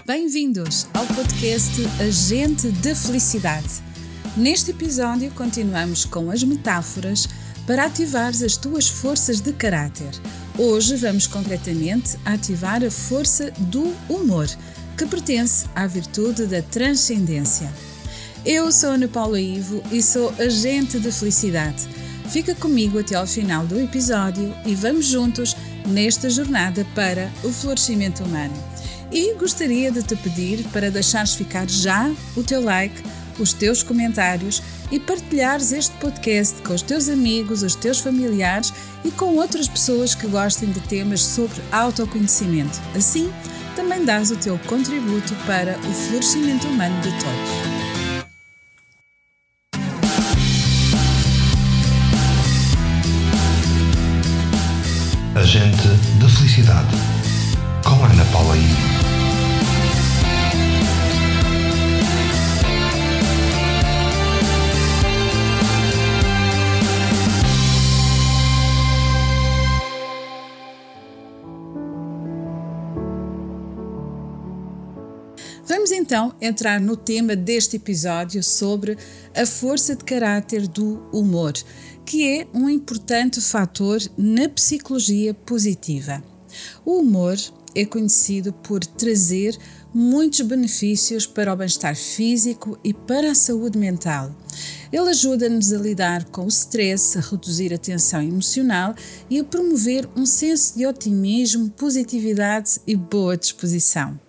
Bem-vindos ao podcast Agente da Felicidade. Neste episódio continuamos com as metáforas para ativares as tuas forças de caráter. Hoje vamos concretamente ativar a força do humor, que pertence à virtude da transcendência. Eu sou Ana Paula Ivo e sou Agente de Felicidade. Fica comigo até ao final do episódio e vamos juntos nesta jornada para o florescimento humano. E gostaria de te pedir para deixares ficar já o teu like, os teus comentários e partilhares este podcast com os teus amigos, os teus familiares e com outras pessoas que gostem de temas sobre autoconhecimento. Assim, também dás o teu contributo para o florescimento humano de todos. Agente da Felicidade, com Ana Paula Ivo. Vamos então entrar no tema deste episódio sobre a força de caráter do humor, que é um importante fator na psicologia positiva. O humor é conhecido por trazer muitos benefícios para o bem-estar físico e para a saúde mental. Ele ajuda-nos a lidar com o stress, a reduzir a tensão emocional e a promover um senso de otimismo, positividade e boa disposição.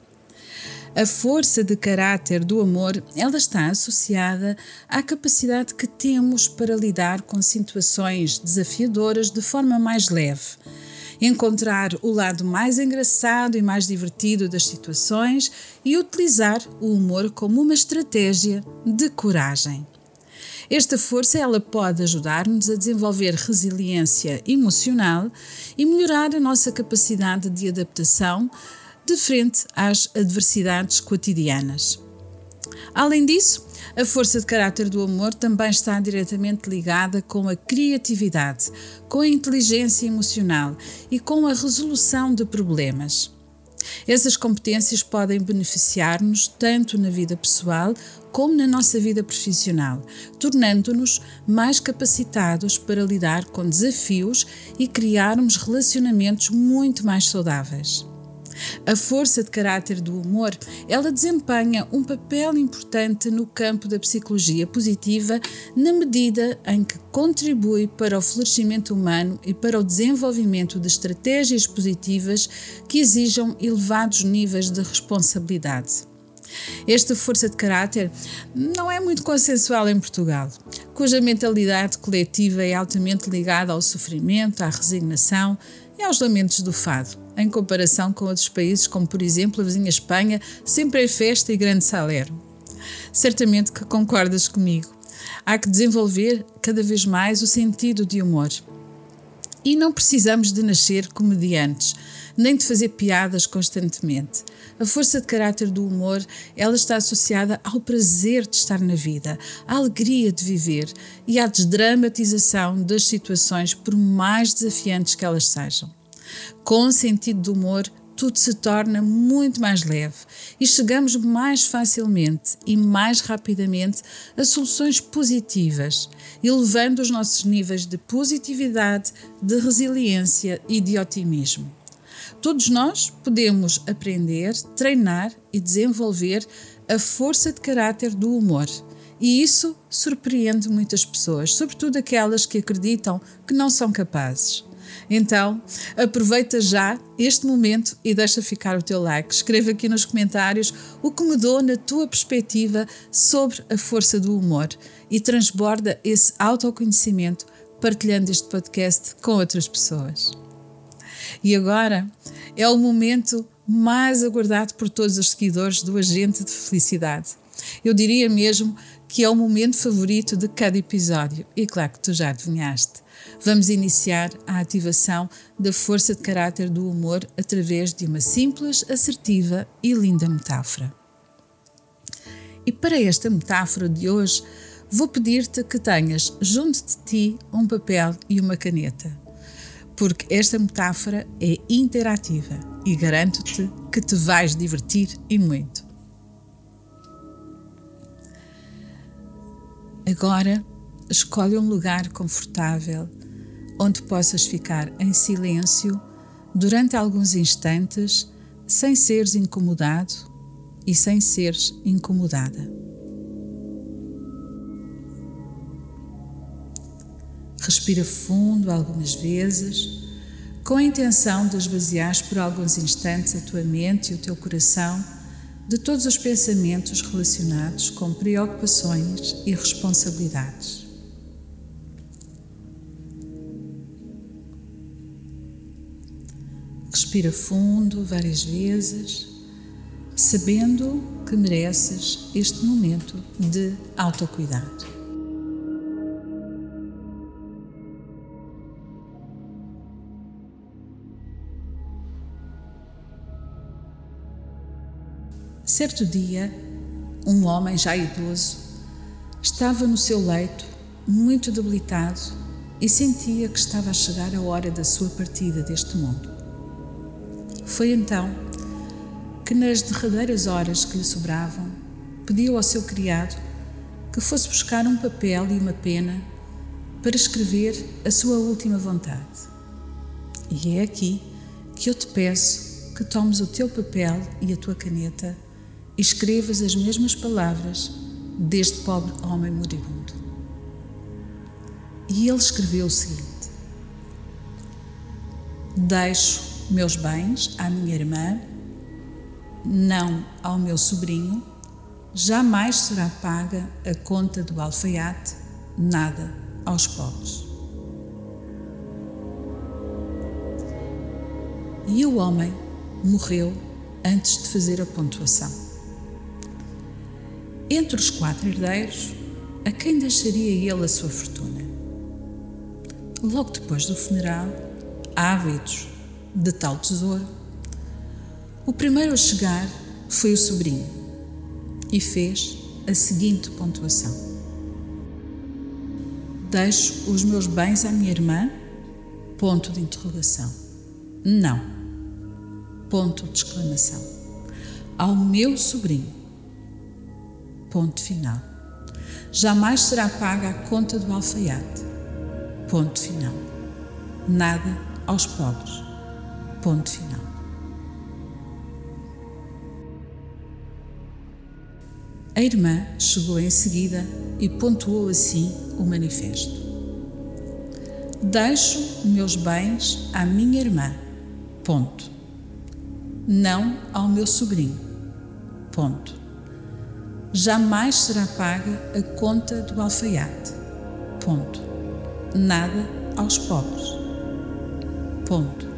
A força de caráter do amor, ela está associada à capacidade que temos para lidar com situações desafiadoras de forma mais leve, encontrar o lado mais engraçado e mais divertido das situações e utilizar o humor como uma estratégia de coragem. Esta força ela pode ajudar-nos a desenvolver resiliência emocional e melhorar a nossa capacidade de adaptação de frente às adversidades cotidianas. Além disso, a força de caráter do amor também está diretamente ligada com a criatividade, com a inteligência emocional e com a resolução de problemas. Essas competências podem beneficiar-nos tanto na vida pessoal como na nossa vida profissional, tornando-nos mais capacitados para lidar com desafios e criarmos relacionamentos muito mais saudáveis. A força de caráter do humor, ela desempenha um papel importante no campo da psicologia positiva na medida em que contribui para o florescimento humano e para o desenvolvimento de estratégias positivas que exijam elevados níveis de responsabilidade. Esta força de caráter não é muito consensual em Portugal, cuja mentalidade coletiva é altamente ligada ao sofrimento, à resignação e aos lamentos do fado, em comparação com outros países como, por exemplo, a vizinha Espanha, sempre é festa e grande salero. Certamente que concordas comigo. Há que desenvolver cada vez mais o sentido de humor. E não precisamos de nascer comediantes, nem de fazer piadas constantemente. A força de caráter do humor, ela está associada ao prazer de estar na vida, à alegria de viver e à desdramatização das situações, por mais desafiantes que elas sejam. Com o sentido do humor, tudo se torna muito mais leve e chegamos mais facilmente e mais rapidamente a soluções positivas, elevando os nossos níveis de positividade, de resiliência e de otimismo. Todos nós podemos aprender, treinar e desenvolver a força de caráter do humor. E isso surpreende muitas pessoas, sobretudo aquelas que acreditam que não são capazes. Então, aproveita já este momento e deixa ficar o teu like. Escreve aqui nos comentários o que mudou na tua perspectiva sobre a força do humor e transborda esse autoconhecimento partilhando este podcast com outras pessoas. E agora é o momento mais aguardado por todos os seguidores do Agente de Felicidade. Eu diria mesmo que é o momento favorito de cada episódio e claro que tu já adivinhaste. Vamos iniciar a ativação da força de caráter do humor através de uma simples, assertiva e linda metáfora. E para esta metáfora de hoje, vou pedir-te que tenhas junto de ti um papel e uma caneta. porque esta metáfora é interativa e garanto-te que te vais divertir e muito. Agora, escolhe um lugar confortável onde possas ficar em silêncio durante alguns instantes sem seres incomodado e sem seres incomodada. Respira fundo algumas vezes, com a intenção de esvaziares por alguns instantes a tua mente e o teu coração de todos os pensamentos relacionados com preocupações e responsabilidades. Respira fundo várias vezes, sabendo que mereces este momento de autocuidado. Certo dia, um homem já idoso estava no seu leito, muito debilitado, e sentia que estava a chegar a hora da sua partida deste mundo. Foi então que, nas derradeiras horas que lhe sobravam, pediu ao seu criado que fosse buscar um papel e uma pena para escrever a sua última vontade. E é aqui que eu te peço que tomes o teu papel e a tua caneta e escrevas as mesmas palavras deste pobre homem moribundo. E ele escreveu o seguinte: deixo meus bens à minha irmã, não ao meu sobrinho, jamais será paga a conta do alfaiate, nada aos pobres. E o homem morreu antes de fazer a pontuação. Entre os 4 herdeiros, a quem deixaria ele a sua fortuna? Logo depois do funeral, ávidos de tal tesouro, o primeiro a chegar foi o sobrinho e fez a seguinte pontuação: deixo os meus bens à minha irmã? Ponto de interrogação. Não. Ponto de exclamação. Ao meu sobrinho. Ponto final. Jamais será paga a conta do alfaiate. Ponto final. Nada aos pobres. Ponto final. A irmã chegou em seguida e pontuou assim o manifesto: deixo meus bens à minha irmã. Ponto. Não ao meu sobrinho. Ponto. Jamais será paga a conta do alfaiate. Ponto. Nada aos pobres. Ponto.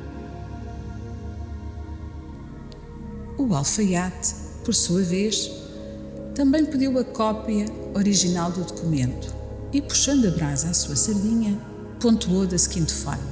O alfaiate, por sua vez, também pediu a cópia original do documento e, puxando a brasa à sua sardinha, pontuou da seguinte forma: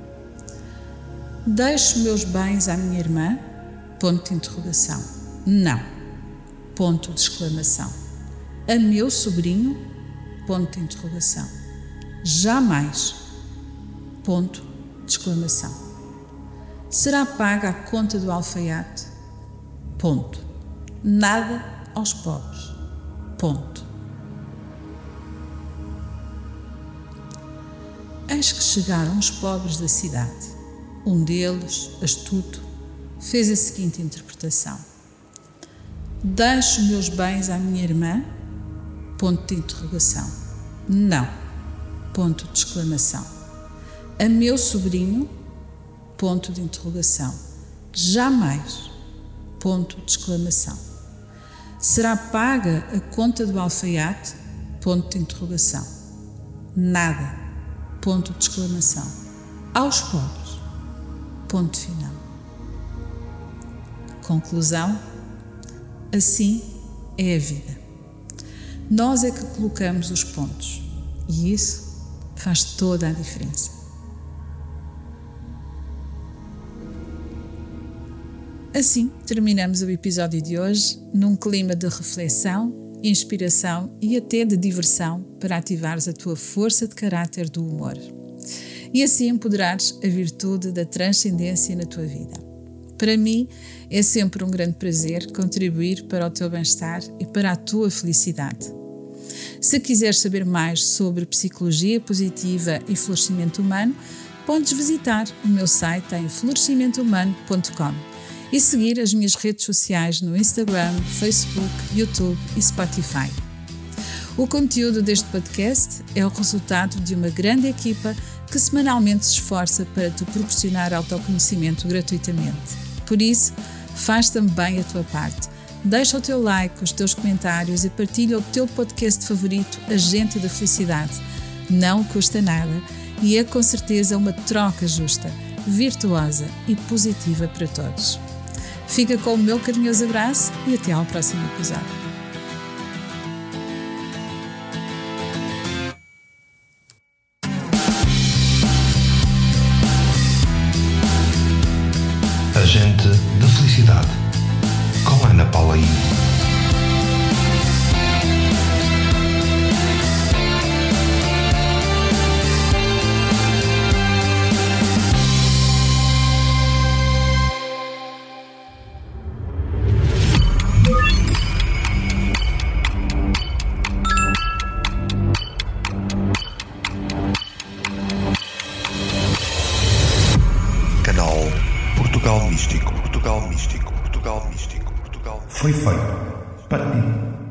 deixo meus bens à minha irmã? Ponto de interrogação. Não. Ponto de exclamação. A meu sobrinho? Ponto de interrogação. Jamais. Ponto de exclamação. Será paga a conta do alfaiate? Ponto. Nada aos pobres. Ponto. Eis que chegaram os pobres da cidade. Um deles, astuto, fez a seguinte interpretação: deixo meus bens à minha irmã? Ponto de interrogação. Não. Ponto de exclamação. A meu sobrinho? Ponto de interrogação. Jamais. Ponto de exclamação. Será paga a conta do alfaiate? Ponto de interrogação. Nada. Ponto de exclamação. Aos pobres. Ponto final. Conclusão: assim é a vida. Nós é que colocamos os pontos e isso faz toda a diferença. Assim, terminamos o episódio de hoje num clima de reflexão, inspiração e até de diversão para ativares a tua força de caráter do humor. e assim empoderares a virtude da transcendência na tua vida. Para mim, é sempre um grande prazer contribuir para o teu bem-estar e para a tua felicidade. Se quiseres saber mais sobre psicologia positiva e florescimento humano, podes visitar o meu site em florescimentohumano.com e seguir as minhas redes sociais no Instagram, Facebook, YouTube e Spotify. O conteúdo deste podcast é o resultado de uma grande equipa que semanalmente se esforça para te proporcionar autoconhecimento gratuitamente. Por isso, faz também a tua parte. Deixa o teu like, os teus comentários e partilha o teu podcast favorito, Agente da Felicidade. Não custa nada e é com certeza uma troca justa, virtuosa e positiva para todos. Fica com o meu carinhoso abraço e até ao próximo episódio. Agente da Felicidade, com Ana Paula Ivo. Canal Portugal Místico. Foi feito para ti.